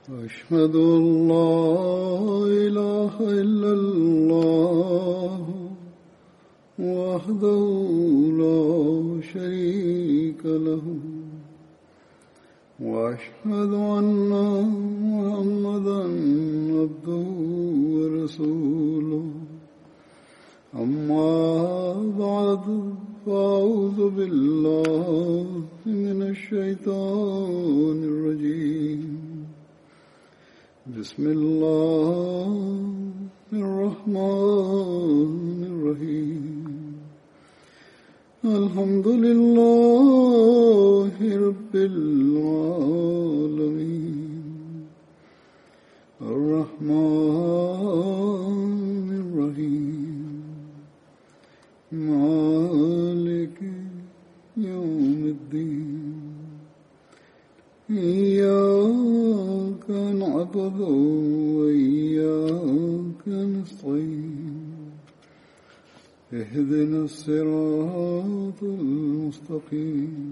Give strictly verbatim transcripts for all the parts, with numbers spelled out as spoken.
أشهد أن لا إله إلا الله وحده لا شريك له وأشهد أن محمدا عبده ورسوله أما بعد فأعوذ بالله من الشيطان الرجيم بسم الله الرحمن الرحيم الحمد لله رب العالمين الرحمن الرحيم مالك يوم الدين إياك نعبد وإياك نستعين اهدنا الصراط المستقيم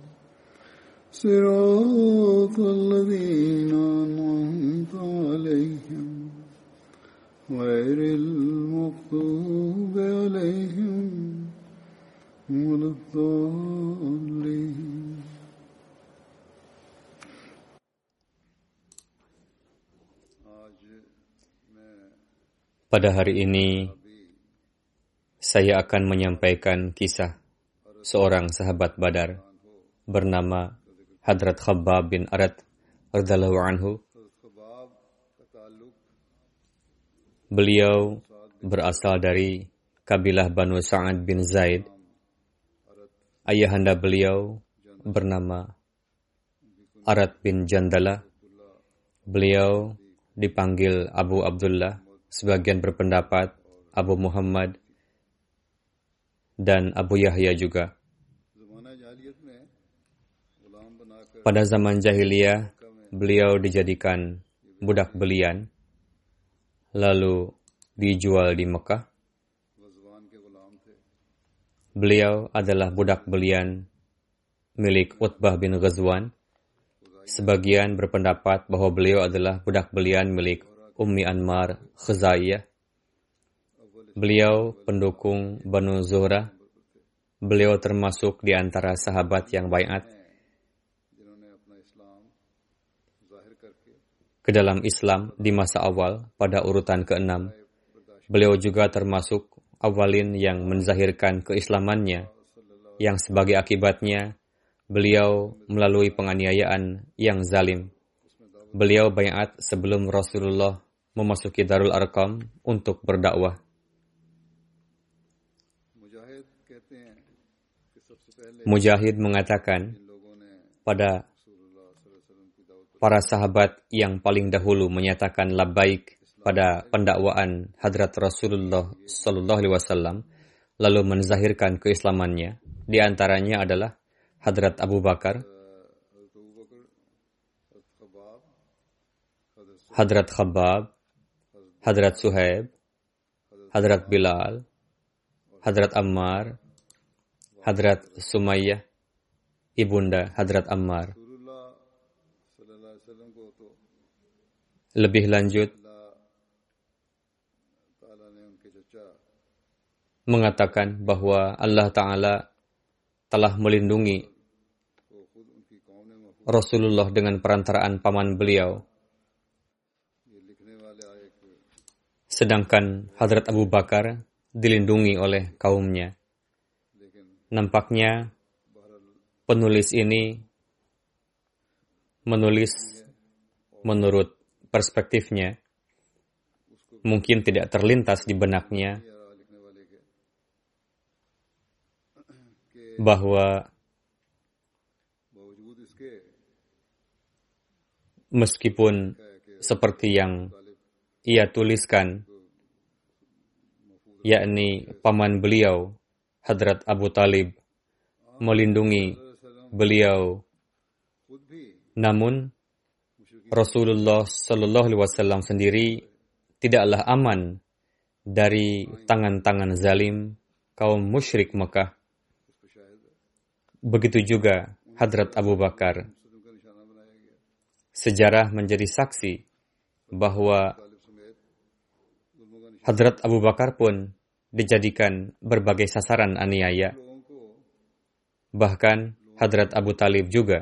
صراط الذين أنعمت عليهم غير المغضوب عليهم ولا الضالين. Pada hari ini, saya akan menyampaikan kisah seorang sahabat Badar bernama Hadrat Khabbab bin Arat radhiyallahu anhu. Beliau berasal dari kabilah Banu Sa'ad bin Zaid. Ayahanda beliau bernama Arat bin Jandala. Beliau dipanggil Abu Abdullah. Sebagian berpendapat Abu Muhammad dan Abu Yahya juga. Pada zaman jahiliyah, beliau dijadikan budak belian, lalu dijual di Mekah. Beliau adalah budak belian milik Utbah bin Ghazwan. Sebagian berpendapat bahwa beliau adalah budak belian milik Ummi Anmar Khuzaiyah. Beliau pendukung Banu Zuhrah. Beliau termasuk di antara sahabat yang baiat ke dalam Islam di masa awal pada urutan keenam. Beliau juga termasuk awalin yang menzahirkan keislamannya, yang sebagai akibatnya beliau melalui penganiayaan yang zalim. Beliau baiat sebelum Rasulullah memasuki Darul Arqam untuk berdakwah. Mujahid mengatakan, pada para sahabat yang paling dahulu menyatakan labbaik pada pendakwaan Hadrat Rasulullah sallallahu alaihi wasallam lalu menzahirkan keislamannya, di antaranya adalah Hadrat Abu Bakar, Hadrat Khabbab, Hadrat Suhaib, Hadrat Bilal, Hadrat Ammar, Hadrat Sumayyah, ibunda Hadrat Ammar. Lebih lanjut, mengatakan bahwa Allah Ta'ala telah melindungi Rasulullah dengan perantaraan paman beliau. Sedangkan Hadrat Abu Bakar dilindungi oleh kaumnya. Nampaknya penulis ini menulis menurut perspektifnya. Mungkin tidak terlintas di benaknya bahwa meskipun seperti yang ia tuliskan, yakni paman beliau, Hadrat Abu Talib, melindungi beliau. Namun, Rasulullah Sallallahu Alaihi Wasallam sendiri tidaklah aman dari tangan-tangan zalim kaum musyrik Mekah. Begitu juga Hadrat Abu Bakar. Sejarah menjadi saksi bahwa Hadrat Abu Bakar pun dijadikan berbagai sasaran aniaya. Bahkan Hadrat Abu Talib juga.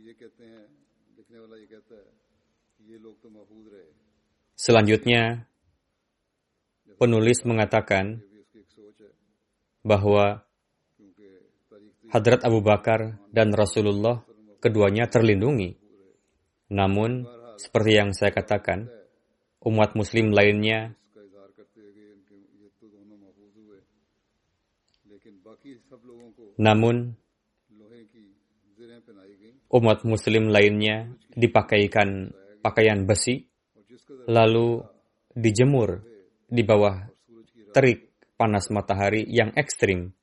Selanjutnya, penulis mengatakan bahwa Hadrat Abu Bakar dan Rasulullah keduanya terlindungi. Namun, seperti yang saya katakan, umat muslim lainnya namun umat muslim lainnya dipakaikan pakaian besi, lalu dijemur di bawah terik panas matahari yang ekstrim.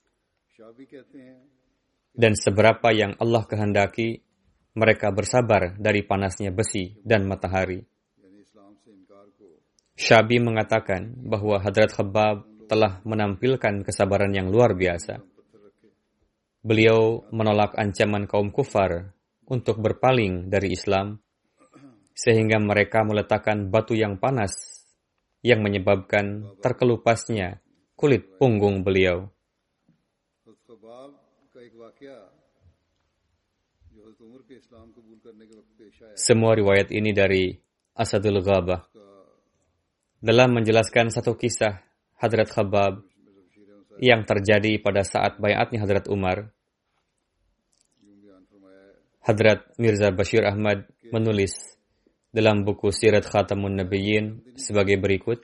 Dan seberapa yang Allah kehendaki, mereka bersabar dari panasnya besi dan matahari. Syabi mengatakan bahwa Hadrat Khabbab telah menampilkan kesabaran yang luar biasa. Beliau menolak ancaman kaum kufar untuk berpaling dari Islam, sehingga mereka meletakkan batu yang panas yang menyebabkan terkelupasnya kulit punggung beliau. Semua riwayat ini dari Asadul Ghabah. Dalam menjelaskan satu kisah Hadrat Khabbab yang terjadi pada saat baiatnya Hadrat Umar, Hadrat Mirza Bashir Ahmad menulis dalam buku Sirat Khatamun Nabiyyin sebagai berikut.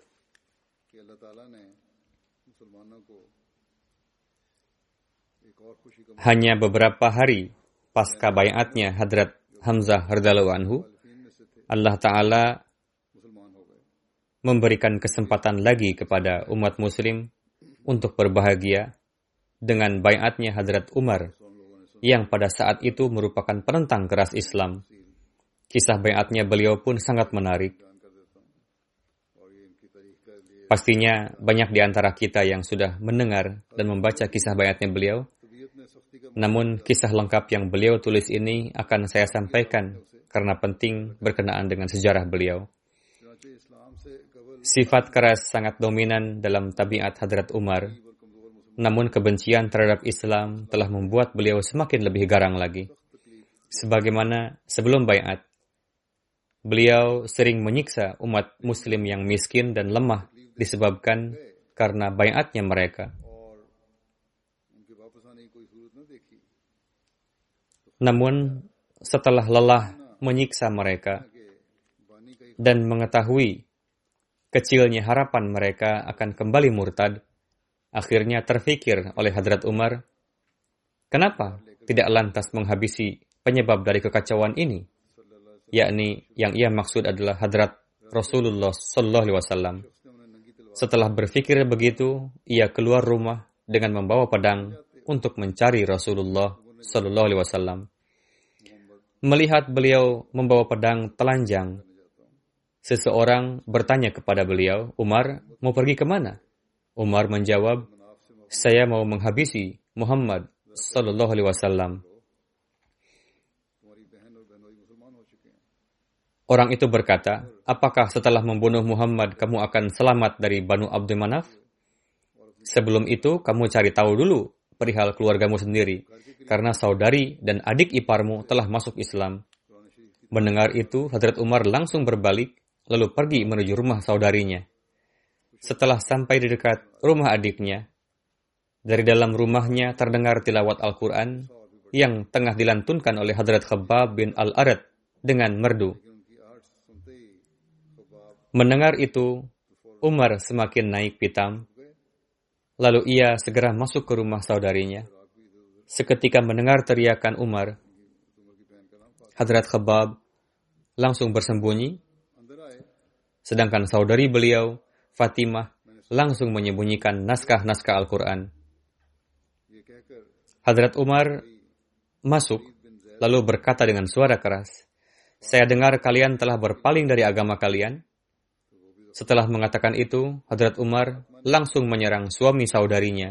Hanya beberapa hari pasca baiatnya Hadrat Hamzah radhiyallahu anhu, Allah Ta'ala memberikan kesempatan lagi kepada umat muslim untuk berbahagia dengan baiatnya Hadrat Umar yang pada saat itu merupakan penentang keras Islam. Kisah baiatnya beliau pun sangat menarik. Pastinya banyak di antara kita yang sudah mendengar dan membaca kisah baiatnya beliau. Namun kisah lengkap yang beliau tulis ini akan saya sampaikan karena penting berkenaan dengan sejarah beliau. Sifat keras sangat dominan dalam tabiat Hadrat Umar, namun kebencian terhadap Islam telah membuat beliau semakin lebih garang lagi. Sebagaimana sebelum baiat, beliau sering menyiksa umat muslim yang miskin dan lemah disebabkan karena baiatnya mereka. Namun setelah lelah menyiksa mereka dan mengetahui kecilnya harapan mereka akan kembali murtad, akhirnya terfikir oleh Hadrat Umar, kenapa tidak lantas menghabisi penyebab dari kekacauan ini? Yakni yang ia maksud adalah Hadrat Rasulullah Sallallahu Alaihi Wasallam. Setelah berfikir begitu, ia keluar rumah dengan membawa pedang untuk mencari Rasulullah Sallallahu Alaihi Wasallam. Melihat beliau membawa pedang telanjang, seseorang bertanya kepada beliau, Umar, mau pergi kemana? Umar menjawab, saya mau menghabisi Muhammad Sallallahu Alaihi Wasallam. Orang itu berkata, apakah setelah membunuh Muhammad kamu akan selamat dari Banu Abdul Manaf? Sebelum itu kamu cari tahu dulu perihal keluargamu sendiri, karena saudari dan adik iparmu telah masuk Islam. Mendengar itu, Hadrat Umar langsung berbalik, lalu pergi menuju rumah saudarinya. Setelah sampai di dekat rumah adiknya, dari dalam rumahnya terdengar tilawat Al-Quran yang tengah dilantunkan oleh Hadrat Khabbab bin Al-Arad dengan merdu. Mendengar itu, Umar semakin naik pitam, lalu ia segera masuk ke rumah saudarinya. Seketika mendengar teriakan Umar, Hadrat Khabbab langsung bersembunyi, sedangkan saudari beliau, Fatimah, langsung menyembunyikan naskah-naskah Al-Quran. Hadrat Umar masuk, lalu berkata dengan suara keras, saya dengar kalian telah berpaling dari agama kalian. Setelah mengatakan itu, Hadrat Umar langsung menyerang suami saudarinya,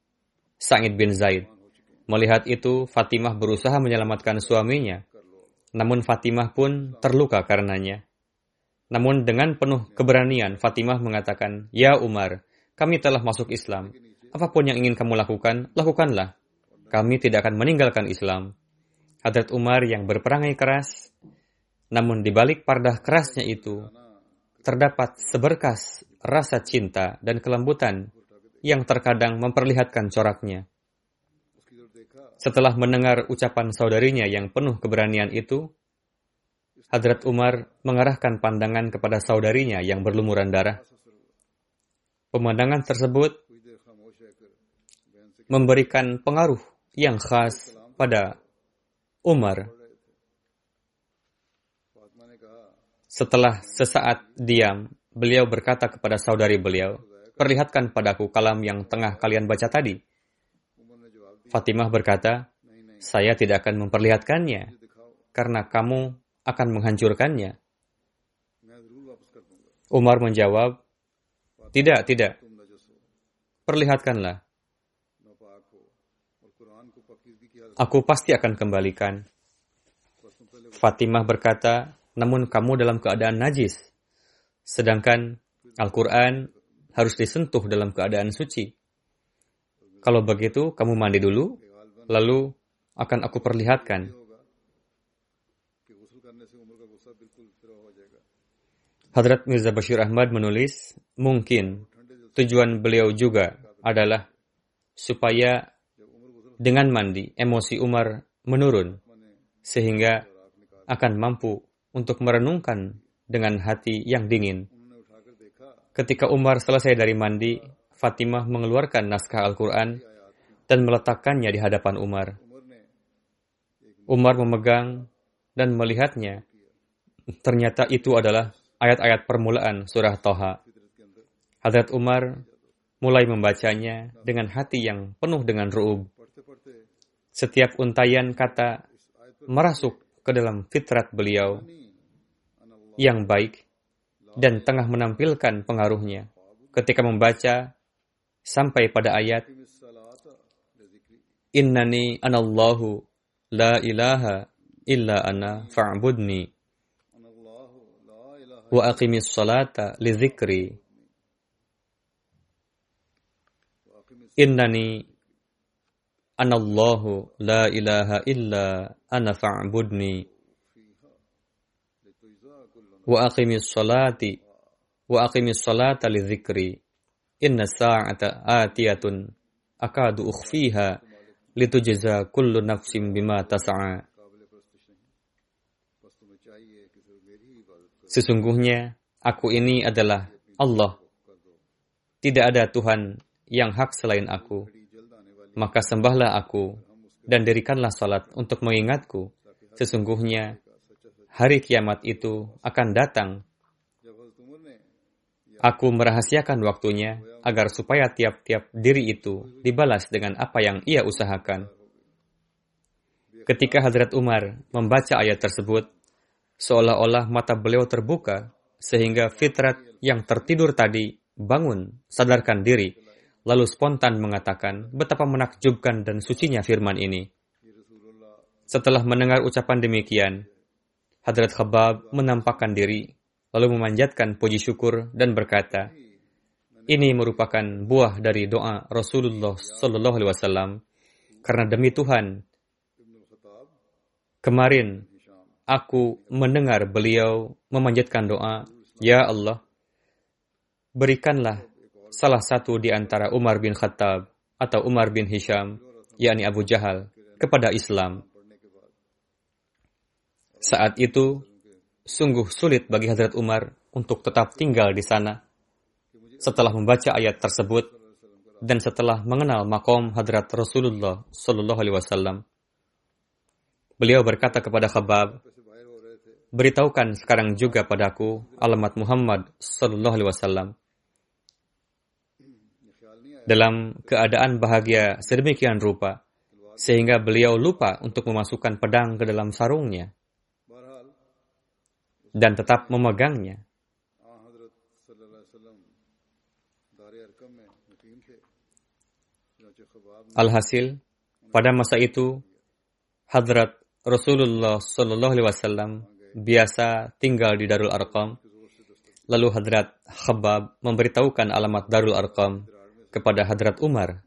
Sa'id bin Zaid. Melihat itu, Fatimah berusaha menyelamatkan suaminya. Namun Fatimah pun terluka karenanya. Namun dengan penuh keberanian, Fatimah mengatakan, "Ya Umar, kami telah masuk Islam. Apapun yang ingin kamu lakukan, lakukanlah. Kami tidak akan meninggalkan Islam." Hadrat Umar yang berperangai keras, namun di balik pardah kerasnya itu, terdapat seberkas rasa cinta dan kelembutan yang terkadang memperlihatkan coraknya. Setelah mendengar ucapan saudarinya yang penuh keberanian itu, Hadrat Umar mengarahkan pandangan kepada saudarinya yang berlumuran darah. Pemandangan tersebut memberikan pengaruh yang khas pada Umar. Setelah sesaat diam, beliau berkata kepada saudari beliau, "Perlihatkan padaku kalam yang tengah kalian baca tadi." Fatimah berkata, "Saya tidak akan memperlihatkannya, karena kamu akan menghancurkannya." Umar menjawab, "Tidak, tidak. Perlihatkanlah. Aku pasti akan kembalikan." Fatimah berkata, "Namun kamu dalam keadaan najis, sedangkan Al-Quran harus disentuh dalam keadaan suci. Kalau begitu, kamu mandi dulu, lalu akan aku perlihatkan." Hadrat Mirza Bashir Ahmad menulis, mungkin tujuan beliau juga adalah supaya dengan mandi, emosi Umar menurun, sehingga akan mampu untuk merenungkan dengan hati yang dingin. Ketika Umar selesai dari mandi, Fatimah mengeluarkan naskah Al-Quran dan meletakkannya di hadapan Umar. Umar memegang dan melihatnya. Ternyata itu adalah ayat-ayat permulaan surah Toha. Hadrat Umar mulai membacanya dengan hati yang penuh dengan ru'ub. Setiap untayan kata merasuk ke dalam fitrat beliau yang baik dan tengah menampilkan pengaruhnya. Ketika membaca sampai pada ayat, "Innani anallahu la ilaha illa ana fa'budni wa aqimis salata li dzikri. Innani anallahu la ilaha illa ana fa'budni wa aqimis salati wa aqimis salata li dzikri. Inna sa'ata atiyatun akadu ukhfiha litujza kullu nafsin bima tas'a." Sesungguhnya aku ini adalah Allah. Tidak ada Tuhan yang hak selain aku. Maka sembahlah aku dan dirikanlah salat untuk mengingatku. Sesungguhnya hari kiamat itu akan datang. Aku merahasiakan waktunya agar supaya tiap-tiap diri itu dibalas dengan apa yang ia usahakan. Ketika Hadrat Umar membaca ayat tersebut, seolah-olah mata beliau terbuka sehingga fitrat yang tertidur tadi bangun, sadarkan diri, lalu spontan mengatakan betapa menakjubkan dan sucinya firman ini. Setelah mendengar ucapan demikian, Hadrat Khabbab menampakkan diri, lalu memanjatkan puji syukur dan berkata, "Ini merupakan buah dari doa Rasulullah Sallallahu Alaihi Wasallam. Karena demi Tuhan, kemarin aku mendengar beliau memanjatkan doa, 'Ya Allah, berikanlah salah satu di antara Umar bin Khattab atau Umar bin Hisham, yakni Abu Jahal, kepada Islam.' Saat itu, sungguh sulit bagi Hadrat Umar untuk tetap tinggal di sana. Setelah membaca ayat tersebut dan setelah mengenal maqam Hadrat Rasulullah Sallallahu Alaihi Wasallam, beliau berkata kepada Khabbab, "Beritahukan sekarang juga padaku alamat Muhammad Sallallahu Alaihi Wasallam." Dalam keadaan bahagia sedemikian rupa, sehingga beliau lupa untuk memasukkan pedang ke dalam sarungnya dan tetap memegangnya. Alhasil, pada masa itu, Hadrat Rasulullah Shallallahu Alaihi Wasallam biasa tinggal di Darul Arqam. Lalu Hadrat Khabbab memberitahukan alamat Darul Arqam kepada Hadrat Umar.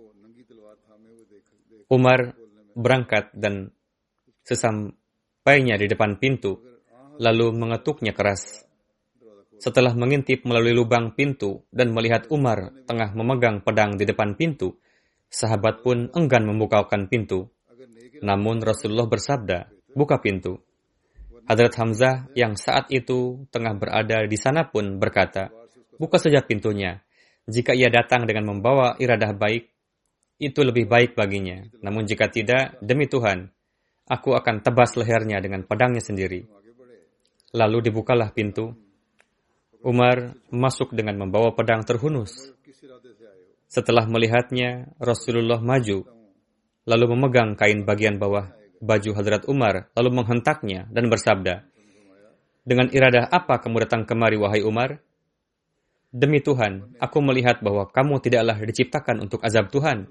Umar berangkat dan sesampainya di depan pintu, lalu mengetuknya keras. Setelah mengintip melalui lubang pintu dan melihat Umar tengah memegang pedang di depan pintu, sahabat pun enggan membukakan pintu. Namun Rasulullah bersabda, "Buka pintu." Hadrat Hamzah yang saat itu tengah berada di sana pun berkata, "Buka saja pintunya. Jika ia datang dengan membawa iradah baik, itu lebih baik baginya. Namun jika tidak, demi Tuhan, aku akan tebas lehernya dengan pedangnya sendiri." Lalu dibukalah pintu. Umar masuk dengan membawa pedang terhunus. Setelah melihatnya, Rasulullah maju, lalu memegang kain bagian bawah baju Hadrat Umar, lalu menghentaknya dan bersabda, "Dengan iradah apa kamu datang kemari, wahai Umar? Demi Tuhan, aku melihat bahwa kamu tidaklah diciptakan untuk azab Tuhan."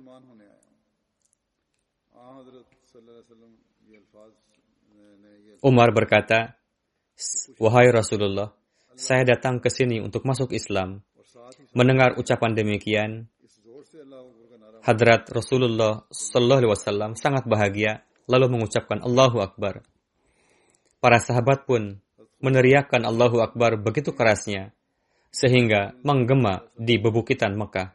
Umar berkata, "Wahai Rasulullah, saya datang ke sini untuk masuk Islam." Mendengar ucapan demikian, Hadrat Rasulullah Sallallahu Alaihi Wasallam sangat bahagia, lalu mengucapkan Allahu Akbar. Para sahabat pun meneriakkan Allahu Akbar begitu kerasnya, sehingga menggema di bebukitan Mekah.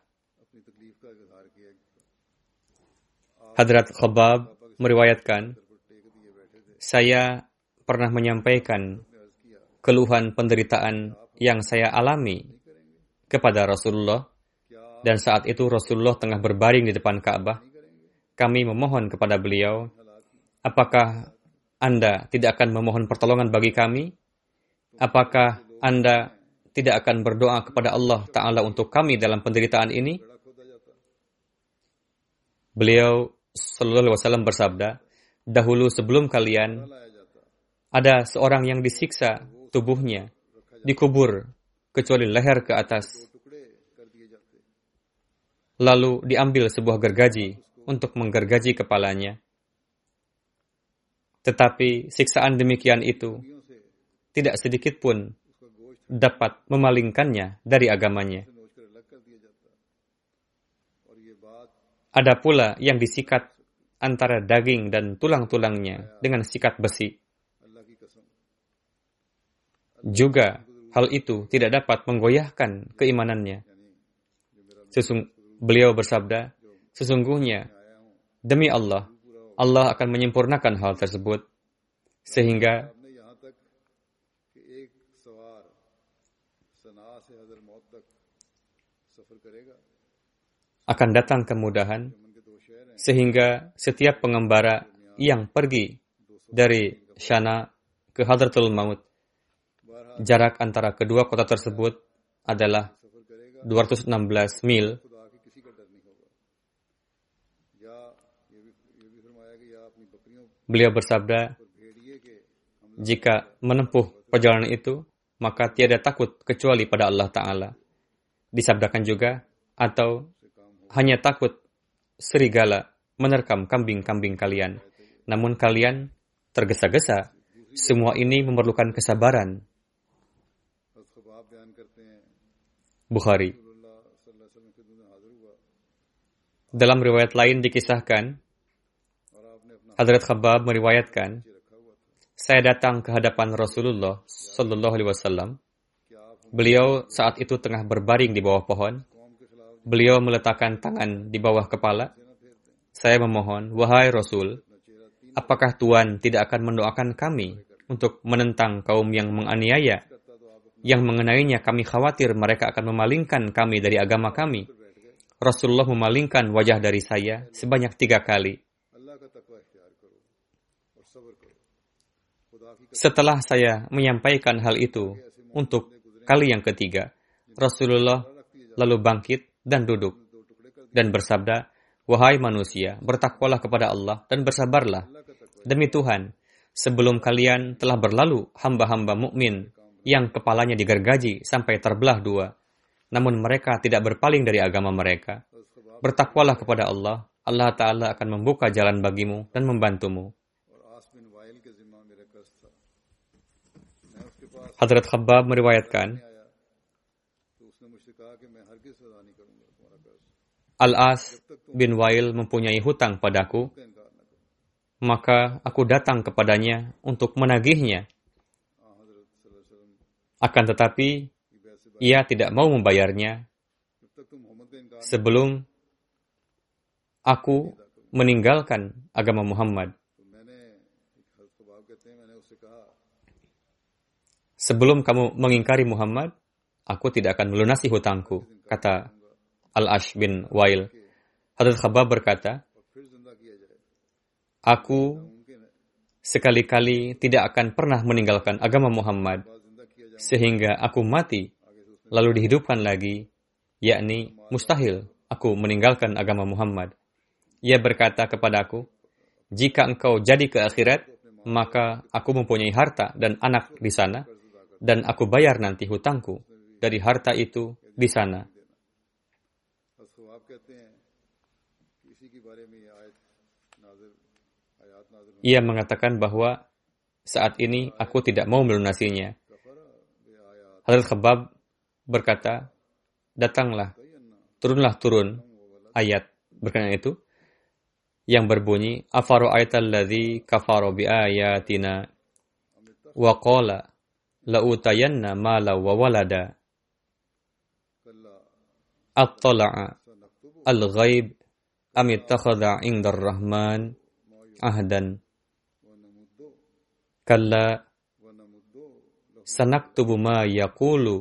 Hadrat Khabbab meriwayatkan, "Saya pernah menyampaikan keluhan penderitaan yang saya alami kepada Rasulullah, dan saat itu Rasulullah tengah berbaring di depan Ka'bah. Kami memohon kepada beliau, 'Apakah Anda tidak akan memohon pertolongan bagi kami? Apakah Anda tidak akan berdoa kepada Allah Ta'ala untuk kami dalam penderitaan ini?' Beliau Sallallahu Alaihi Wasallam bersabda, 'Dahulu sebelum kalian, ada seorang yang disiksa tubuhnya, dikubur kecuali leher ke atas. Lalu diambil sebuah gergaji untuk menggergaji kepalanya. Tetapi siksaan demikian itu tidak sedikit pun dapat memalingkannya dari agamanya. Ada pula yang disikat antara daging dan tulang-tulangnya dengan sikat besi. Juga hal itu tidak dapat menggoyahkan keimanannya. Sesung Beliau bersabda, sesungguhnya demi Allah, Allah akan menyempurnakan hal tersebut, sehingga akan datang kemudahan, sehingga setiap pengembara yang pergi dari Syana ke Hadratul Maut, jarak antara kedua kota tersebut adalah dua ratus enam belas mil. Beliau bersabda, jika menempuh perjalanan itu, maka tiada takut kecuali pada Allah Ta'ala. Disabdakan juga, atau hanya takut serigala menerkam kambing-kambing kalian. Namun kalian tergesa-gesa. Semua ini memerlukan kesabaran. Bukhari. Dalam riwayat lain dikisahkan, Hadrat Khabbab meriwayatkan, saya datang ke hadapan Rasulullah Sallallahu Alaihi Wasallam. Beliau saat itu tengah berbaring di bawah pohon. Beliau meletakkan tangan di bawah kepala. Saya memohon, wahai Rasul, apakah Tuhan tidak akan mendoakan kami untuk menentang kaum yang menganiaya, yang mengenainya kami khawatir mereka akan memalingkan kami dari agama kami. Rasulullah memalingkan wajah dari saya sebanyak tiga kali. Setelah saya menyampaikan hal itu untuk kali yang ketiga, Rasulullah lalu bangkit dan duduk dan bersabda, wahai manusia, bertakwalah kepada Allah dan bersabarlah. Demi Tuhan, sebelum kalian telah berlalu hamba-hamba mukmin yang kepalanya digergaji sampai terbelah dua, namun mereka tidak berpaling dari agama mereka. Bertakwalah kepada Allah, Allah Ta'ala akan membuka jalan bagimu dan membantumu. Hadrat Khabbab meriwayatkan, Al-As bin Wail mempunyai hutang padaku, maka aku datang kepadanya untuk menagihnya. Akan tetapi, ia tidak mau membayarnya sebelum aku meninggalkan agama Muhammad. Sebelum kamu mengingkari Muhammad, aku tidak akan melunasi hutangku, kata Al-Ash bin Wail. Hadrat Khabbab berkata, aku sekali-kali tidak akan pernah meninggalkan agama Muhammad sehingga aku mati lalu dihidupkan lagi, yakni mustahil aku meninggalkan agama Muhammad. Ia berkata kepadaku, jika engkau jadi ke akhirat, maka aku mempunyai harta dan anak di sana, dan aku bayar nanti hutangku dari harta itu di sana. Ia mengatakan bahwa saat ini aku tidak mau melunasinya. Hadrat Khabbab berkata, datanglah, turunlah turun ayat berkenaan itu yang berbunyi, afara'aital ladzi kafara bi ayatina wa qala la'utayanna mala wa walada attala'a al-ghaib am ittakhadha 'inda ar-rahman ahdan kalla sanaktubu ma yaqulu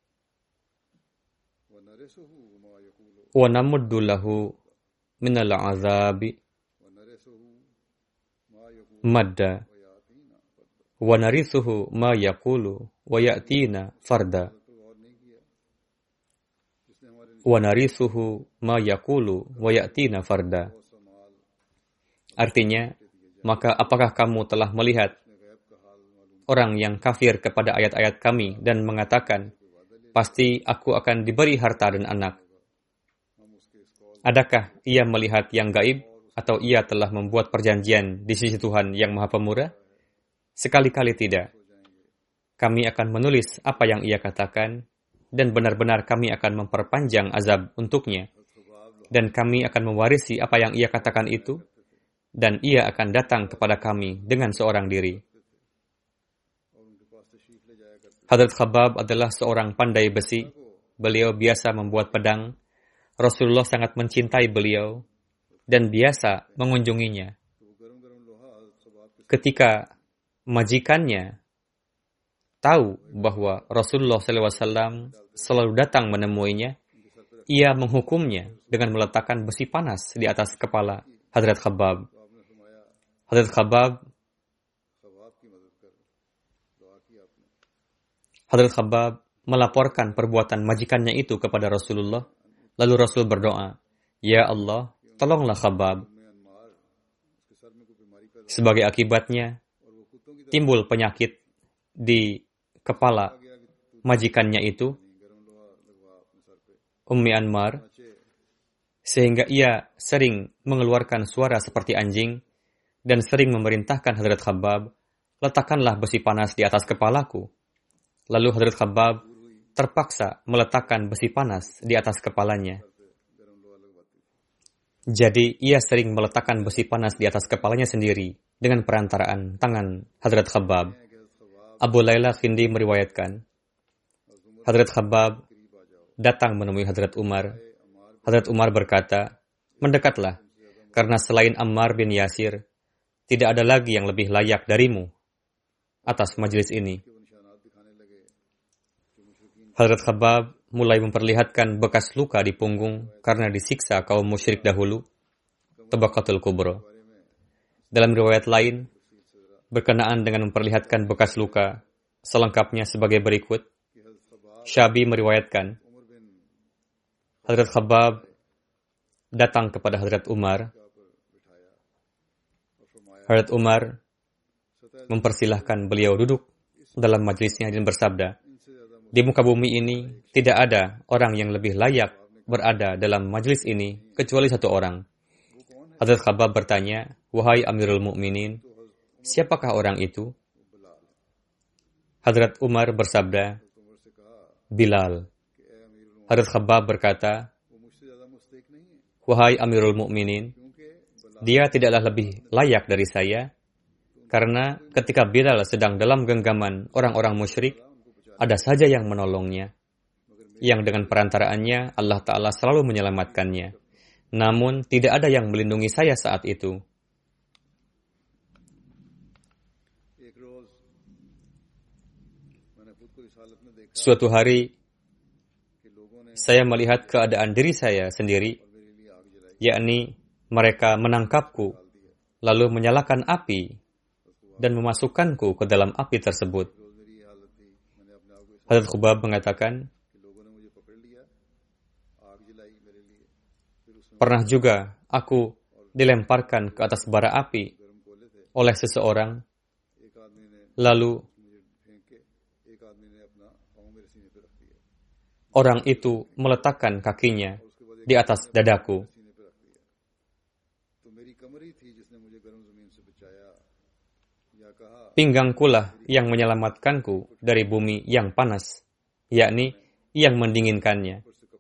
wa namuddu lahu minal azabi madda wa narithuhu ma yaqulu wa ya'tina farda wa narithuhu ma yaqulu wa ya'tina farda. Artinya, maka apakah kamu telah melihat orang yang kafir kepada ayat-ayat kami dan mengatakan, pasti aku akan diberi harta dan anak? Adakah ia melihat yang gaib atau ia telah membuat perjanjian di sisi Tuhan yang Maha Pemurah? Sekali-kali tidak. Kami akan menulis apa yang ia katakan dan benar-benar kami akan memperpanjang azab untuknya. Dan kami akan mewarisi apa yang ia katakan itu dan ia akan datang kepada kami dengan seorang diri. Hadrat Khabbab adalah seorang pandai besi. Beliau biasa membuat pedang. Rasulullah sangat mencintai beliau dan biasa mengunjunginya. Ketika majikannya tahu bahwa Rasulullah shallallahu alaihi wasallam selalu datang menemuinya, ia menghukumnya dengan meletakkan besi panas di atas kepala Hadrat Khabbab. Hadrat Khabbab Hadrat Khabbab melaporkan perbuatan majikannya itu kepada Rasulullah. Lalu Rasul berdoa, ya Allah, tolonglah Khabbab. Sebagai akibatnya, timbul penyakit di kepala majikannya itu, Ummi Anmar, sehingga ia sering mengeluarkan suara seperti anjing dan sering memerintahkan Hadrat Khabbab, letakkanlah besi panas di atas kepalaku. Lalu Hadrat Khabbab terpaksa meletakkan besi panas di atas kepalanya. Jadi, ia sering meletakkan besi panas di atas kepalanya sendiri dengan perantaraan tangan Hadrat Khabbab. Abu Layla Khindi meriwayatkan, Hadrat Khabbab datang menemui Hadrat Umar. Hadrat Umar berkata, mendekatlah, karena selain Ammar bin Yasir, tidak ada lagi yang lebih layak darimu atas majelis ini. Hadrat Khabbab mulai memperlihatkan bekas luka di punggung karena disiksa kaum musyrik dahulu, Tabaqatul Kubra. Dalam riwayat lain, berkenaan dengan memperlihatkan bekas luka, selengkapnya sebagai berikut. Syabi meriwayatkan, Hadrat Khabbab datang kepada Hadrat Umar. Hadrat Umar mempersilahkan beliau duduk dalam majlisnya dan bersabda, di muka bumi ini tidak ada orang yang lebih layak berada dalam majlis ini kecuali satu orang. Hadrat Khabbab bertanya, wahai Amirul Mukminin, siapakah orang itu? Hadrat Umar bersabda, Bilal. Hadrat Khabbab berkata, wahai Amirul Mukminin, dia tidaklah lebih layak dari saya, karena ketika Bilal sedang dalam genggaman orang-orang musyrik, ada saja yang menolongnya, yang dengan perantaraannya Allah Ta'ala selalu menyelamatkannya. Namun tidak ada yang melindungi saya saat itu. Suatu hari, saya melihat keadaan diri saya sendiri, yakni mereka menangkapku, lalu menyalakan api, dan memasukkanku ke dalam api tersebut. Hadrat Khabbab mengatakan, pernah juga aku dilemparkan ke atas bara api oleh seseorang, lalu orang itu meletakkan kakinya di atas dadaku. Pinggangkulah yang menyelamatkanku dari bumi yang panas, yakni yang mendinginkannya.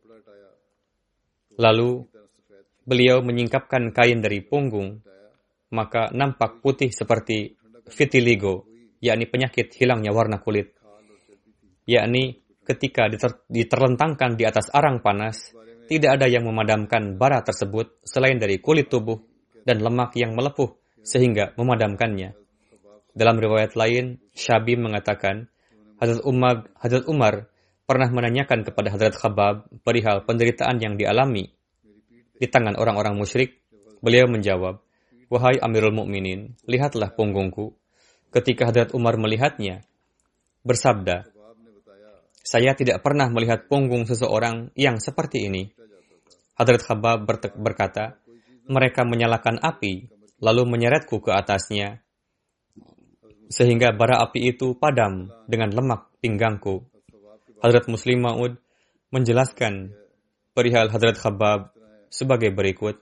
Lalu beliau menyingkapkan kain dari punggung, maka nampak putih seperti vitiligo, yakni penyakit hilangnya warna kulit. Yakni ketika diter- diterlentangkan di atas arang panas, tidak ada yang memadamkan bara tersebut selain dari kulit tubuh dan lemak yang melepuh sehingga memadamkannya. Dalam riwayat lain, Syabi mengatakan, Hadrat Umar, Hadrat Umar pernah menanyakan kepada Hadrat Khabbab perihal penderitaan yang dialami di tangan orang-orang musyrik. Beliau menjawab, wahai Amirul Mukminin, lihatlah punggungku. Ketika Hadrat Umar melihatnya, bersabda, saya tidak pernah melihat punggung seseorang yang seperti ini. Hadrat Khabbab berkata, mereka menyalakan api, lalu menyeretku ke atasnya, sehingga bara api itu padam dengan lemak pinggangku. Hadrat Muslim Maud menjelaskan perihal Hadrat Khabbab sebagai berikut.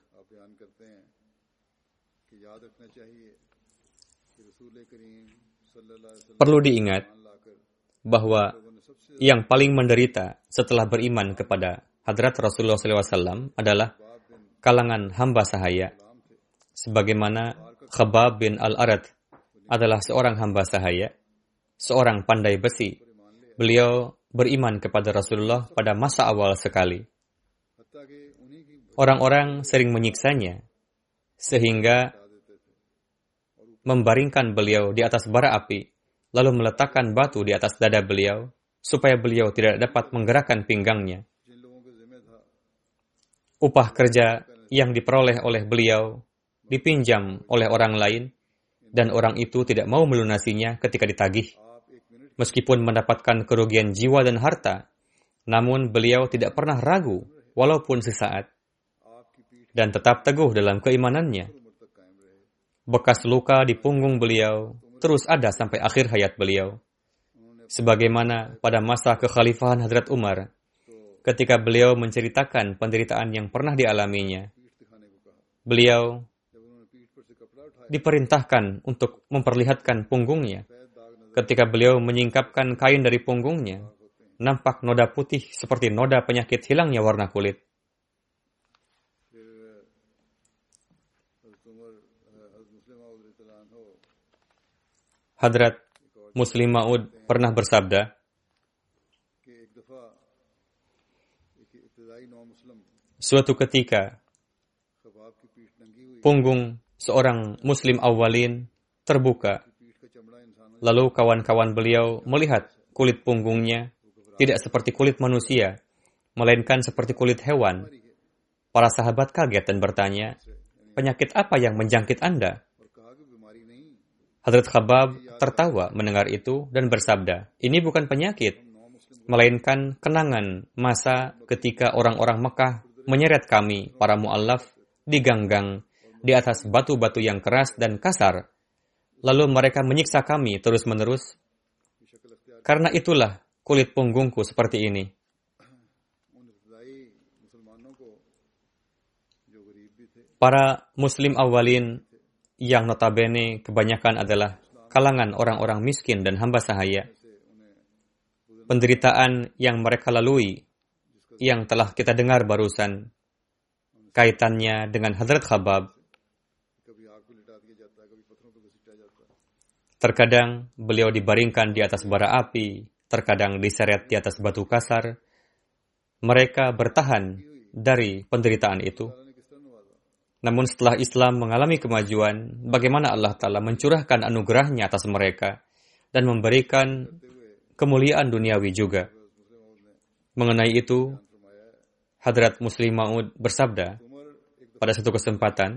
Perlu diingat bahwa yang paling menderita setelah beriman kepada Hadrat Rasulullah shallallahu alaihi wasallam adalah kalangan hamba sahaya. Sebagaimana Khabbab bin Al-Arad adalah seorang hamba sahaya, seorang pandai besi. Beliau beriman kepada Rasulullah pada masa awal sekali. Orang-orang sering menyiksanya, sehingga membaringkan beliau di atas bara api, lalu meletakkan batu di atas dada beliau, supaya beliau tidak dapat menggerakkan pinggangnya. Upah kerja yang diperoleh oleh beliau dipinjam oleh orang lain, dan orang itu tidak mau melunasinya ketika ditagih. Meskipun mendapatkan kerugian jiwa dan harta, namun beliau tidak pernah ragu, walaupun sesaat, dan tetap teguh dalam keimanannya. Bekas luka di punggung beliau terus ada sampai akhir hayat beliau. Sebagaimana pada masa kekhalifahan Hadrat Umar, ketika beliau menceritakan penderitaan yang pernah dialaminya, beliau diperintahkan untuk memperlihatkan punggungnya. Ketika beliau menyingkapkan kain dari punggungnya, nampak noda putih seperti noda penyakit hilangnya warna kulit. Hadrat Muslim Maud pernah bersabda, suatu ketika punggung seorang Muslim awalin terbuka. Lalu kawan-kawan beliau melihat kulit punggungnya tidak seperti kulit manusia, melainkan seperti kulit hewan. Para sahabat kaget dan bertanya, penyakit apa yang menjangkit Anda? Hadrat Khabbab tertawa mendengar itu dan bersabda, ini bukan penyakit, melainkan kenangan masa ketika orang-orang Mekah menyeret kami, para mu'allaf, di ganggang, di atas batu-batu yang keras dan kasar. Lalu mereka menyiksa kami terus-menerus. Karena itulah kulit punggungku seperti ini. Para Muslim awalin yang notabene kebanyakan adalah kalangan orang-orang miskin dan hamba sahaya. Penderitaan yang mereka lalui, yang telah kita dengar barusan, kaitannya dengan Hadrat Khabab. Terkadang beliau dibaringkan di atas bara api, terkadang diseret di atas batu kasar. Mereka bertahan dari penderitaan itu. Namun setelah Islam mengalami kemajuan, bagaimana Allah Ta'ala mencurahkan anugerahnya atas mereka dan memberikan kemuliaan duniawi juga. Mengenai itu, Hadrat Muslim Maud bersabda pada satu kesempatan,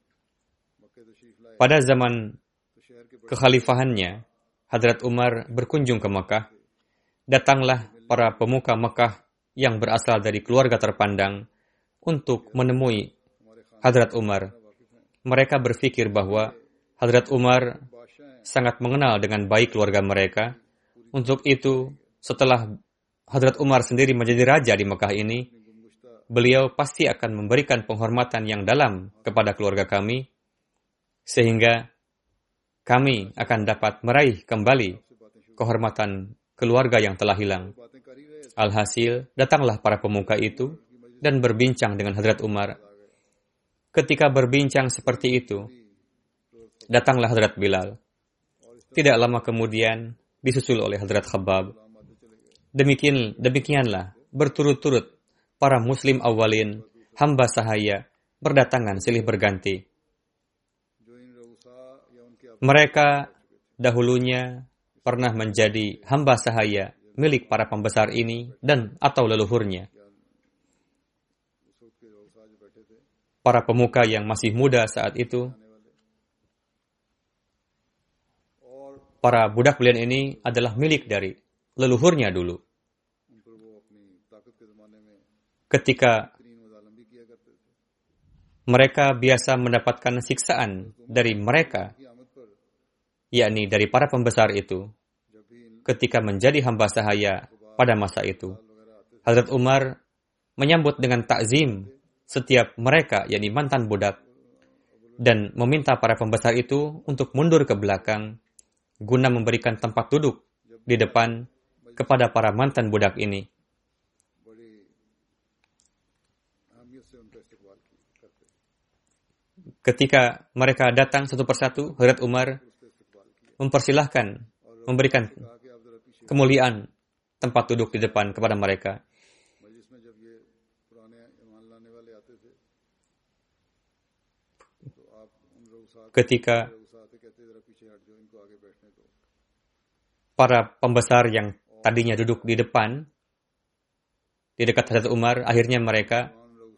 pada zaman kekhalifahannya, Hadrat Umar berkunjung ke Mekah. Datanglah para pemuka Mekah yang berasal dari keluarga terpandang untuk menemui Hadrat Umar. Mereka berpikir bahwa Hadrat Umar sangat mengenal dengan baik keluarga mereka. Untuk itu, setelah Hadrat Umar sendiri menjadi raja di Mekah ini, beliau pasti akan memberikan penghormatan yang dalam kepada keluarga kami, sehingga kami akan dapat meraih kembali kehormatan keluarga yang telah hilang. Alhasil, datanglah para pemuka itu dan berbincang dengan Hadrat Umar. Ketika berbincang seperti itu, datanglah Hadrat Bilal. Tidak lama kemudian, disusul oleh Hadrat Khabab. Demikian, demikianlah, berturut-turut, para muslim awalin, hamba sahaya, berdatangan silih berganti. Mereka dahulunya pernah menjadi hamba sahaya milik para pembesar ini dan atau leluhurnya. Para pemuka yang masih muda saat itu, para budak belian ini adalah milik dari leluhurnya dulu. Ketika mereka biasa mendapatkan siksaan dari mereka, yakni dari para pembesar itu, ketika menjadi hamba sahaya pada masa itu, Hadrat Umar menyambut dengan takzim setiap mereka, yakni mantan budak, dan meminta para pembesar itu untuk mundur ke belakang guna memberikan tempat duduk di depan kepada para mantan budak ini. Ketika mereka datang satu persatu, Hadrat Umar mempersilahkan, memberikan kemuliaan tempat duduk di depan kepada mereka. Ketika para pembesar yang tadinya duduk di depan, di dekat Hadrat Umar, akhirnya mereka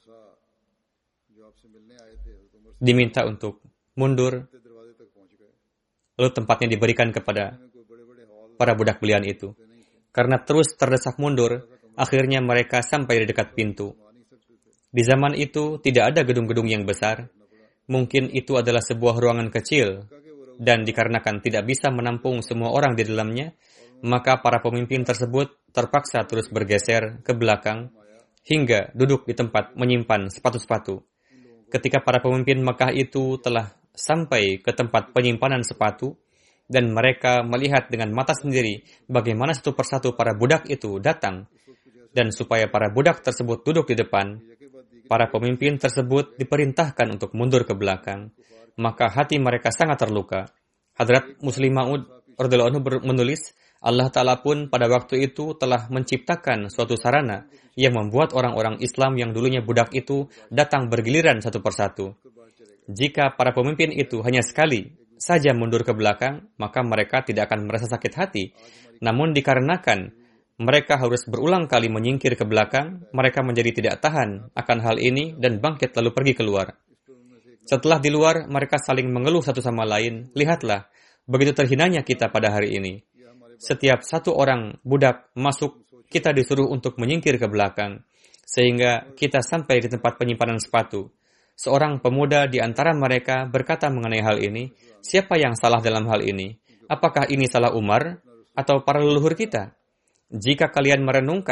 diminta untuk mundur, lalu tempatnya diberikan kepada para budak belian itu. Karena terus terdesak mundur, akhirnya mereka sampai di dekat pintu. Di zaman itu tidak ada gedung-gedung yang besar. Mungkin itu adalah sebuah ruangan kecil, dan dikarenakan tidak bisa menampung semua orang di dalamnya, maka para pemimpin tersebut terpaksa terus bergeser ke belakang hingga duduk di tempat menyimpan sepatu-sepatu. Ketika para pemimpin Mekah itu telah sampai ke tempat penyimpanan sepatu, dan mereka melihat dengan mata sendiri bagaimana satu persatu para budak itu datang, dan supaya para budak tersebut duduk di depan, para pemimpin tersebut diperintahkan untuk mundur ke belakang, maka hati mereka sangat terluka. Hadrat Muslim Maud radhiyallahu anhu menulis, Allah Ta'ala pun pada waktu itu telah menciptakan suatu sarana yang membuat orang-orang Islam yang dulunya budak itu datang bergiliran satu persatu. Jika para pemimpin itu hanya sekali saja mundur ke belakang, maka mereka tidak akan merasa sakit hati. Namun dikarenakan mereka harus berulang kali menyingkir ke belakang, mereka menjadi tidak tahan akan hal ini dan bangkit lalu pergi keluar. Setelah di luar, mereka saling mengeluh satu sama lain. Lihatlah, begitu terhinanya kita pada hari ini. Setiap satu orang budak masuk, kita disuruh untuk menyingkir ke belakang, sehingga kita sampai di tempat penyimpanan sepatu. Seorang pemuda di antara mereka berkata mengenai hal ini, siapa yang salah dalam hal ini? Apakah ini salah Umar atau para leluhur kita? Jika kalian merenungkan,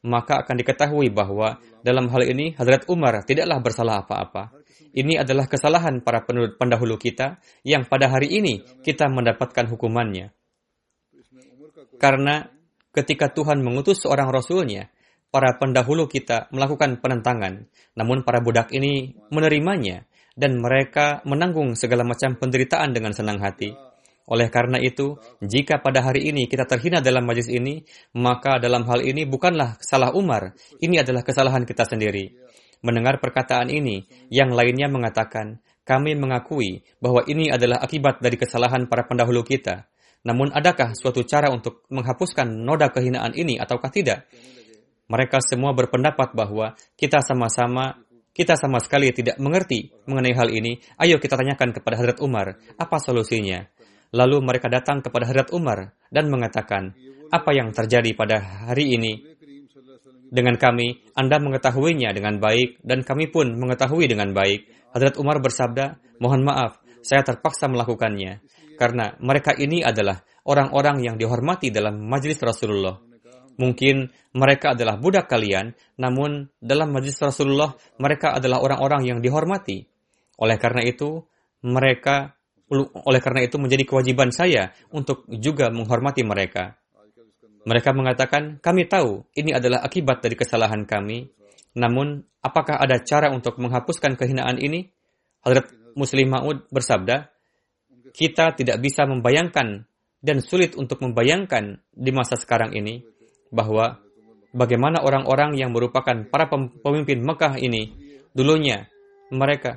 maka akan diketahui bahwa dalam hal ini Hazrat Umar tidaklah bersalah apa-apa. Ini adalah kesalahan para pendahulu kita yang pada hari ini kita mendapatkan hukumannya. Karena ketika Tuhan mengutus seorang Rasulnya, para pendahulu kita melakukan penentangan, namun para budak ini menerimanya dan mereka menanggung segala macam penderitaan dengan senang hati. Oleh karena itu, jika pada hari ini kita terhina dalam majlis ini, maka dalam hal ini bukanlah salah Umar, ini adalah kesalahan kita sendiri. Mendengar perkataan ini, yang lainnya mengatakan, kami mengakui bahwa ini adalah akibat dari kesalahan para pendahulu kita. Namun adakah suatu cara untuk menghapuskan noda kehinaan ini ataukah tidak? Mereka semua berpendapat bahwa kita sama-sama, kita sama sekali tidak mengerti mengenai hal ini. Ayo kita tanyakan kepada Hazrat Umar, apa solusinya? Lalu mereka datang kepada Hazrat Umar dan mengatakan, apa yang terjadi pada hari ini dengan kami? Anda mengetahuinya dengan baik dan kami pun mengetahui dengan baik. Hazrat Umar bersabda, mohon maaf, saya terpaksa melakukannya. Karena mereka ini adalah orang-orang yang dihormati dalam majlis Rasulullah. Mungkin mereka adalah budak kalian, namun dalam majlis Rasulullah mereka adalah orang-orang yang dihormati. Oleh karena itu, mereka oleh karena itu menjadi kewajiban saya untuk juga menghormati mereka. Mereka mengatakan, kami tahu ini adalah akibat dari kesalahan kami. Namun, apakah ada cara untuk menghapuskan kehinaan ini? Hazrat Muslim Maud bersabda, kita tidak bisa membayangkan dan sulit untuk membayangkan di masa sekarang ini bahwa bagaimana orang-orang yang merupakan para pemimpin Mekah ini, dulunya mereka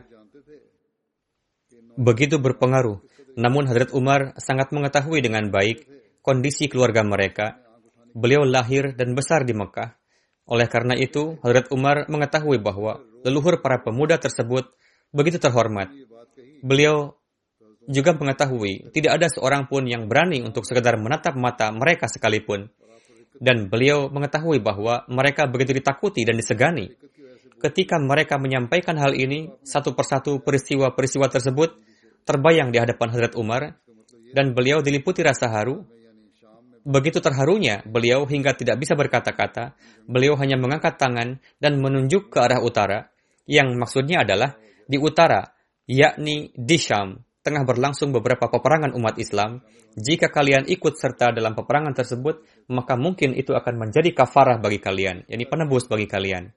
begitu berpengaruh. Namun Hazrat Umar sangat mengetahui dengan baik kondisi keluarga mereka. Beliau lahir dan besar di Mekah. Oleh karena itu, Hazrat Umar mengetahui bahwa leluhur para pemuda tersebut begitu terhormat. Beliau juga mengetahui tidak ada seorang pun yang berani untuk sekedar menatap mata mereka sekalipun. Dan beliau mengetahui bahwa mereka begitu ditakuti dan disegani. Ketika mereka menyampaikan hal ini, satu persatu peristiwa-peristiwa tersebut terbayang di hadapan Hazrat Umar, dan beliau diliputi rasa haru. Begitu terharunya beliau hingga tidak bisa berkata-kata. Beliau hanya mengangkat tangan dan menunjuk ke arah utara, yang maksudnya adalah di utara, yakni di Syam, tengah berlangsung beberapa peperangan umat Islam. Jika kalian ikut serta dalam peperangan tersebut, maka mungkin itu akan menjadi kafarah bagi kalian, yakni penebus bagi kalian.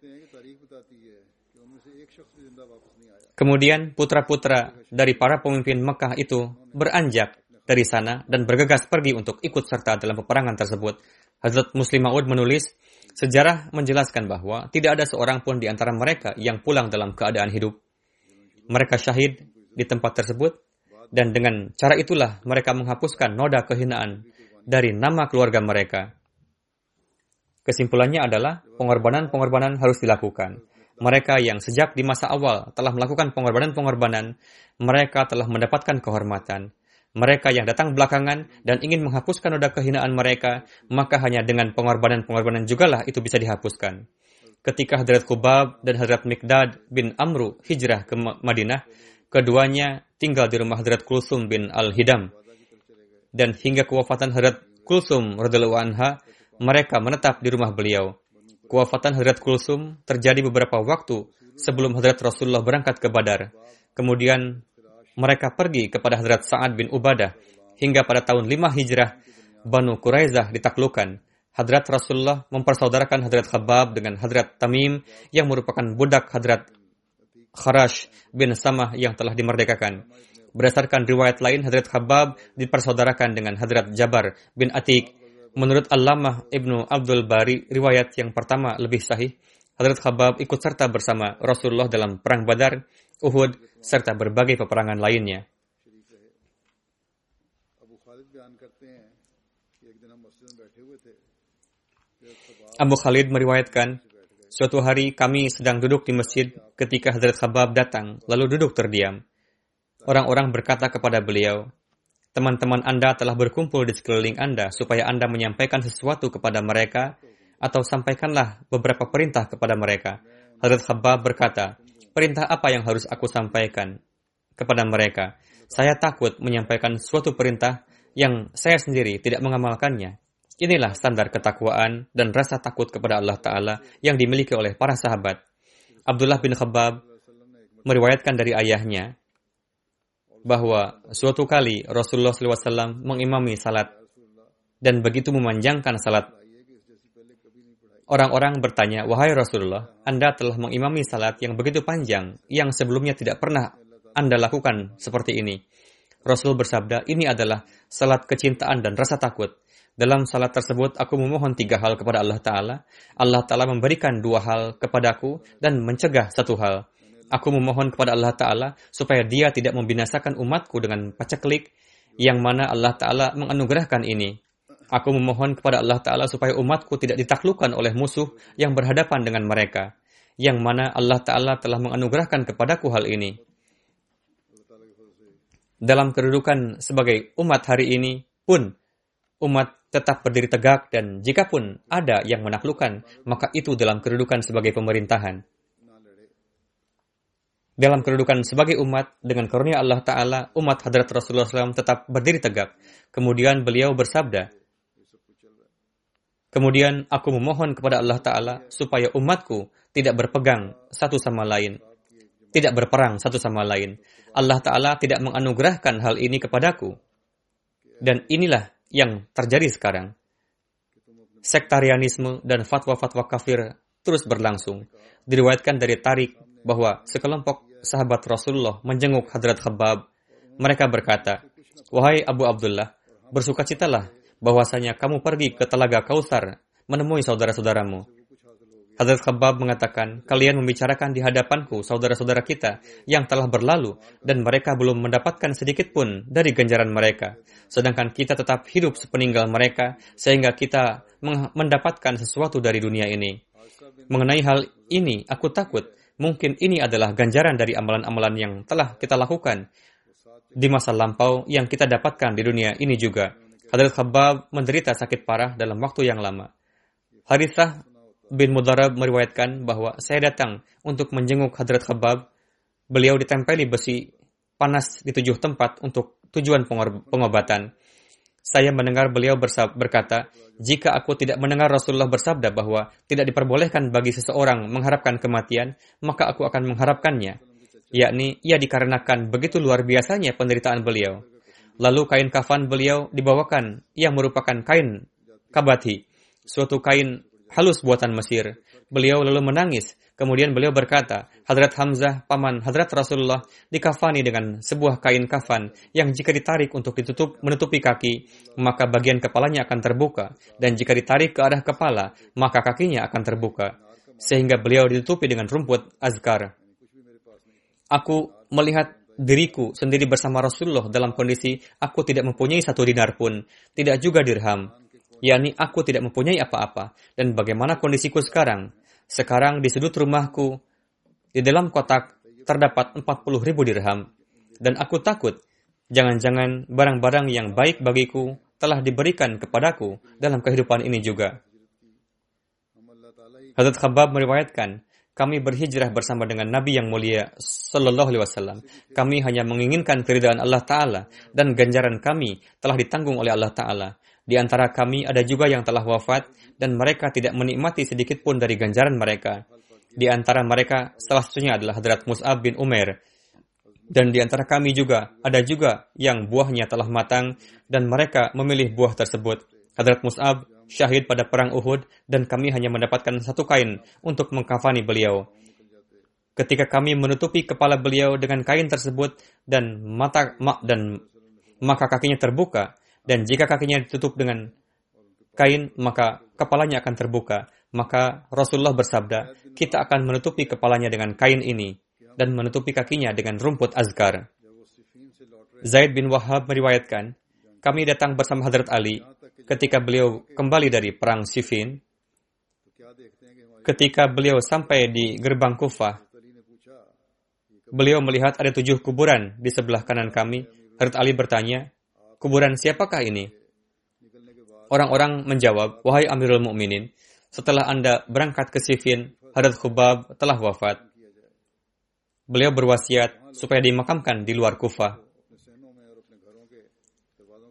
Kemudian putra-putra dari para pemimpin Mekah itu beranjak dari sana dan bergegas pergi untuk ikut serta dalam peperangan tersebut. Hazrat Muslim Maud menulis, sejarah menjelaskan bahwa tidak ada seorang pun di antara mereka yang pulang dalam keadaan hidup. Mereka syahid di tempat tersebut, dan dengan cara itulah mereka menghapuskan noda kehinaan dari nama keluarga mereka. Kesimpulannya adalah pengorbanan-pengorbanan harus dilakukan. Mereka yang sejak di masa awal telah melakukan pengorbanan-pengorbanan, mereka telah mendapatkan kehormatan. Mereka yang datang belakangan dan ingin menghapuskan noda kehinaan mereka, maka hanya dengan pengorbanan-pengorbanan jugalah itu bisa dihapuskan. Ketika Hadrat Khubab dan Hadrat Miqdad bin Amru hijrah ke Madinah, keduanya tinggal di rumah Hadrat Kulsum bin Al-Hidam. Dan hingga kewafatan Hadrat Kulsum radhiyallahu anha, mereka menetap di rumah beliau. Kewafatan Hadrat Kulsum terjadi beberapa waktu sebelum Hadrat Rasulullah berangkat ke Badar. Kemudian mereka pergi kepada Hadrat Sa'ad bin Ubadah. Hingga pada tahun lima Hijrah, Banu Quraizah ditaklukkan. Hadrat Rasulullah mempersaudarakan Hadrat Khabbab dengan Hadrat Tamim yang merupakan budak Hadrat Kharash bin Samah yang telah dimerdekakan. Berdasarkan riwayat lain, Hadrat Khabbab dipersaudarakan dengan Hadrat Jabar bin Atiq. Menurut Allamah Ibnu Abdul Bari, riwayat yang pertama lebih sahih. Hadrat Khabbab ikut serta bersama Rasulullah dalam perang Badar, Uhud, serta berbagai peperangan lainnya. Abu Khalid meriwayatkan, suatu hari kami sedang duduk di masjid ketika Hadrat Khabbab datang, lalu duduk terdiam. Orang-orang berkata kepada beliau, teman-teman Anda telah berkumpul di sekeliling Anda supaya Anda menyampaikan sesuatu kepada mereka atau sampaikanlah beberapa perintah kepada mereka. Hadrat Khabbab berkata, perintah apa yang harus aku sampaikan kepada mereka? Saya takut menyampaikan suatu perintah yang saya sendiri tidak mengamalkannya. Inilah standar ketakwaan dan rasa takut kepada Allah Ta'ala yang dimiliki oleh para sahabat. Abdullah bin Khabbab meriwayatkan dari ayahnya bahwa suatu kali Rasulullah shallallahu alaihi wasallam mengimami salat dan begitu memanjangkan salat. Orang-orang bertanya, "Wahai Rasulullah, Anda telah mengimami salat yang begitu panjang, yang sebelumnya tidak pernah Anda lakukan seperti ini." Rasul bersabda, "Ini adalah salat kecintaan dan rasa takut. Dalam salat tersebut, aku memohon tiga hal kepada Allah Ta'ala. Allah Ta'ala memberikan dua hal kepadaku dan mencegah satu hal. Aku memohon kepada Allah Ta'ala supaya dia tidak membinasakan umatku dengan paceklik, yang mana Allah Ta'ala menganugerahkan ini. Aku memohon kepada Allah Ta'ala supaya umatku tidak ditaklukkan oleh musuh yang berhadapan dengan mereka, yang mana Allah Ta'ala telah menganugerahkan kepadaku hal ini. Dalam kedudukan sebagai umat hari ini pun, umat tetap berdiri tegak dan jikapun ada yang menaklukkan, maka itu dalam kedudukan sebagai pemerintahan. Dalam kedudukan sebagai umat, dengan karunia Allah Ta'ala, umat Hadrat Rasulullah shallallahu alaihi wasallam tetap berdiri tegak. Kemudian beliau bersabda, "Kemudian aku memohon kepada Allah Ta'ala supaya umatku tidak berpegang satu sama lain, tidak berperang satu sama lain. Allah Ta'ala tidak menganugerahkan hal ini kepadaku." Dan inilah yang terjadi sekarang. Sektarianisme dan fatwa-fatwa kafir terus berlangsung. Diriwayatkan dari Tariq bahwa sekelompok sahabat Rasulullah menjenguk Hadrat Khabbab. Mereka berkata, "Wahai Abu Abdullah, bersukacitalah bahwasanya kamu pergi ke Telaga Kautsar menemui saudara-saudaramu." Hadrat Khabbab mengatakan, "Kalian membicarakan di hadapanku saudara-saudara kita yang telah berlalu dan mereka belum mendapatkan sedikit pun dari ganjaran mereka. Sedangkan kita tetap hidup sepeninggal mereka sehingga kita mendapatkan sesuatu dari dunia ini. Mengenai hal ini, aku takut mungkin ini adalah ganjaran dari amalan-amalan yang telah kita lakukan di masa lampau yang kita dapatkan di dunia ini juga." Hadrat Khabbab menderita sakit parah dalam waktu yang lama. Harithah bin Mudarrab meriwayatkan bahwa saya datang untuk menjenguk Hadrat Khabbab. Beliau ditempeli besi panas di tujuh tempat untuk tujuan pengobatan. Saya mendengar beliau bersab- berkata, "Jika aku tidak mendengar Rasulullah bersabda bahwa tidak diperbolehkan bagi seseorang mengharapkan kematian, maka aku akan mengharapkannya." Yakni, ia dikarenakan begitu luar biasanya penderitaan beliau. Lalu kain kafan beliau dibawakan yang merupakan kain kabathi, suatu kain halus buatan Mesir. Beliau lalu menangis. Kemudian beliau berkata, "Hadrat Hamzah, paman Hadrat Rasulullah, dikafani dengan sebuah kain kafan yang jika ditarik untuk ditutup menutupi kaki, maka bagian kepalanya akan terbuka. Dan jika ditarik ke arah kepala, maka kakinya akan terbuka. Sehingga beliau ditutupi dengan rumput azkar. Aku melihat diriku sendiri bersama Rasulullah dalam kondisi aku tidak mempunyai satu dinar pun, tidak juga dirham. yakni aku tidak mempunyai apa-apa. Dan bagaimana kondisiku sekarang? Sekarang di sudut rumahku, di dalam kotak, terdapat empat puluh ribu dirham. Dan aku takut, jangan-jangan barang-barang yang baik bagiku telah diberikan kepadaku dalam kehidupan ini juga." Hadrat Khabbab meriwayatkan, "Kami berhijrah bersama dengan Nabi yang mulia Sallallahu Alaihi Wasallam. Kami hanya menginginkan keridhaan Allah Ta'ala dan ganjaran kami telah ditanggung oleh Allah Ta'ala. Di antara kami ada juga yang telah wafat dan mereka tidak menikmati sedikit pun dari ganjaran mereka. Di antara mereka salah satunya adalah Hadrat Mus'ab bin Umair. Dan di antara kami juga ada juga yang buahnya telah matang dan mereka memilih buah tersebut. Hadrat Mus'ab syahid pada perang Uhud dan kami hanya mendapatkan satu kain untuk mengkafani beliau. Ketika kami menutupi kepala beliau dengan kain tersebut dan mata mak dan maka kakinya terbuka, dan jika kakinya ditutup dengan kain maka kepalanya akan terbuka, maka Rasulullah bersabda, kita akan menutupi kepalanya dengan kain ini dan menutupi kakinya dengan rumput azkar." Zaid bin Wahab meriwayatkan, kami datang bersama Hadrat Ali ketika beliau kembali dari perang Siffin. Ketika beliau sampai di gerbang Kufah, beliau melihat ada tujuh kuburan di sebelah kanan kami. Hadrat Ali bertanya, "Kuburan siapakah ini?" Orang-orang menjawab, "Wahai Amirul Mukminin, setelah Anda berangkat ke Siffin, Hadrat Khabbab telah wafat. Beliau berwasiat supaya dimakamkan di luar Kufah."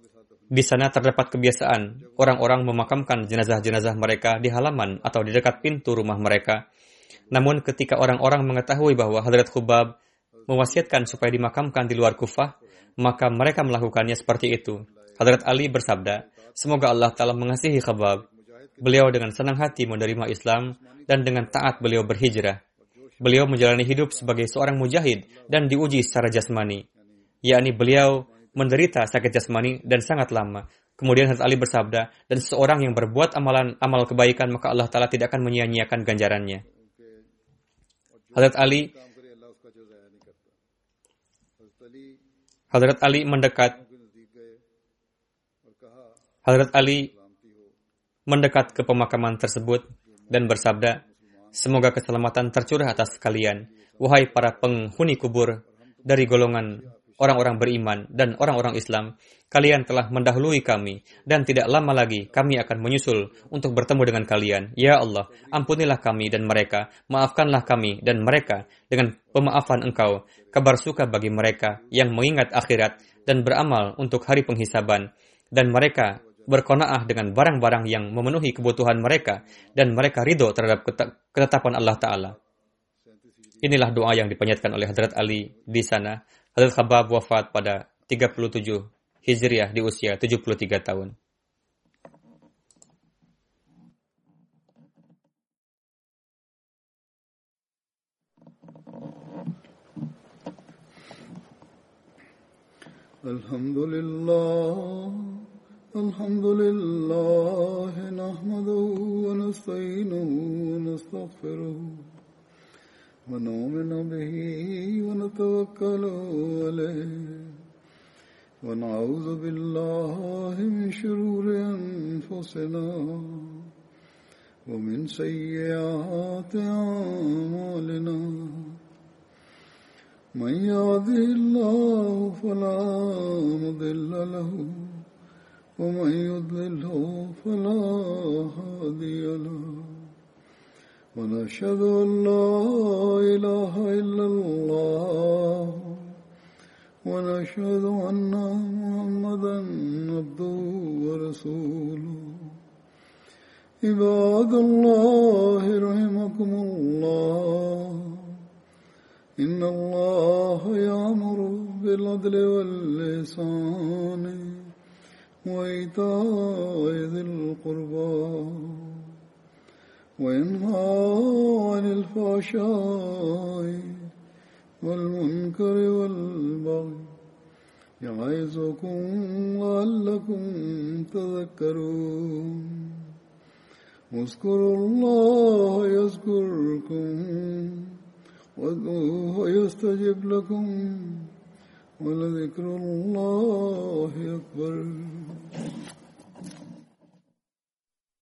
Di sana terdapat kebiasaan orang-orang memakamkan jenazah-jenazah mereka di halaman atau di dekat pintu rumah mereka. Namun ketika orang-orang mengetahui bahwa Hadrat Khubab mewasiatkan supaya dimakamkan di luar Kufah, maka mereka melakukannya seperti itu. Hadrat Ali bersabda, semoga Allah Ta'ala mengasihi Khubab. Beliau dengan senang hati menerima Islam dan dengan taat beliau berhijrah. Beliau menjalani hidup sebagai seorang mujahid dan diuji secara jasmani, yakni beliau menderita sakit jasmani dan sangat lama. Kemudian Hadrat Ali bersabda, dan seorang yang berbuat amalan amal kebaikan, maka Allah Ta'ala tidak akan menyia-nyiakan ganjarannya. Hadrat Ali Hadrat Ali mendekat Hadrat Ali mendekat ke pemakaman tersebut dan bersabda, semoga keselamatan tercurah atas kalian, wahai para penghuni kubur dari golongan orang-orang beriman dan orang-orang Islam. Kalian telah mendahului kami dan tidak lama lagi kami akan menyusul untuk bertemu dengan kalian. Ya Allah, ampunilah kami dan mereka, maafkanlah kami dan mereka dengan pemaafan Engkau. Kabar suka bagi mereka yang mengingat akhirat dan beramal untuk hari penghisaban, dan mereka berqanaah dengan barang-barang yang memenuhi kebutuhan mereka, dan mereka ridho terhadap ketetapan Allah Ta'ala. Inilah doa yang dipanjatkan oleh Hadrat Ali di sana. Hadrat Khubab wafat pada tiga puluh tujuh Hijriah di usia tujuh puluh tiga tahun. Alhamdulillah, Alhamdulillah, nahmaduhu wa nasta'inuhu wa nastaghfiruh. ونؤمن به ونتوكل عليه ونعوذ بالله من شرور أنفسنا ومن سيئات أعمالنا من يهده الله فلا مضل له ومن يضلله فلا هادي له ونشهد أن لا إله إلا الله ونشهد أن محمدا عبده ورسوله عباد الله رحمكم الله إن الله يأمر بالعدل والإحسان وإيتاء ذي القربى وينهى عن الفحشاء والمنكر والبغي يعظكم لعلكم تذكرون اذكروا الله يذكركم وادعوه يستجب لكم ولذكر الله أكبر.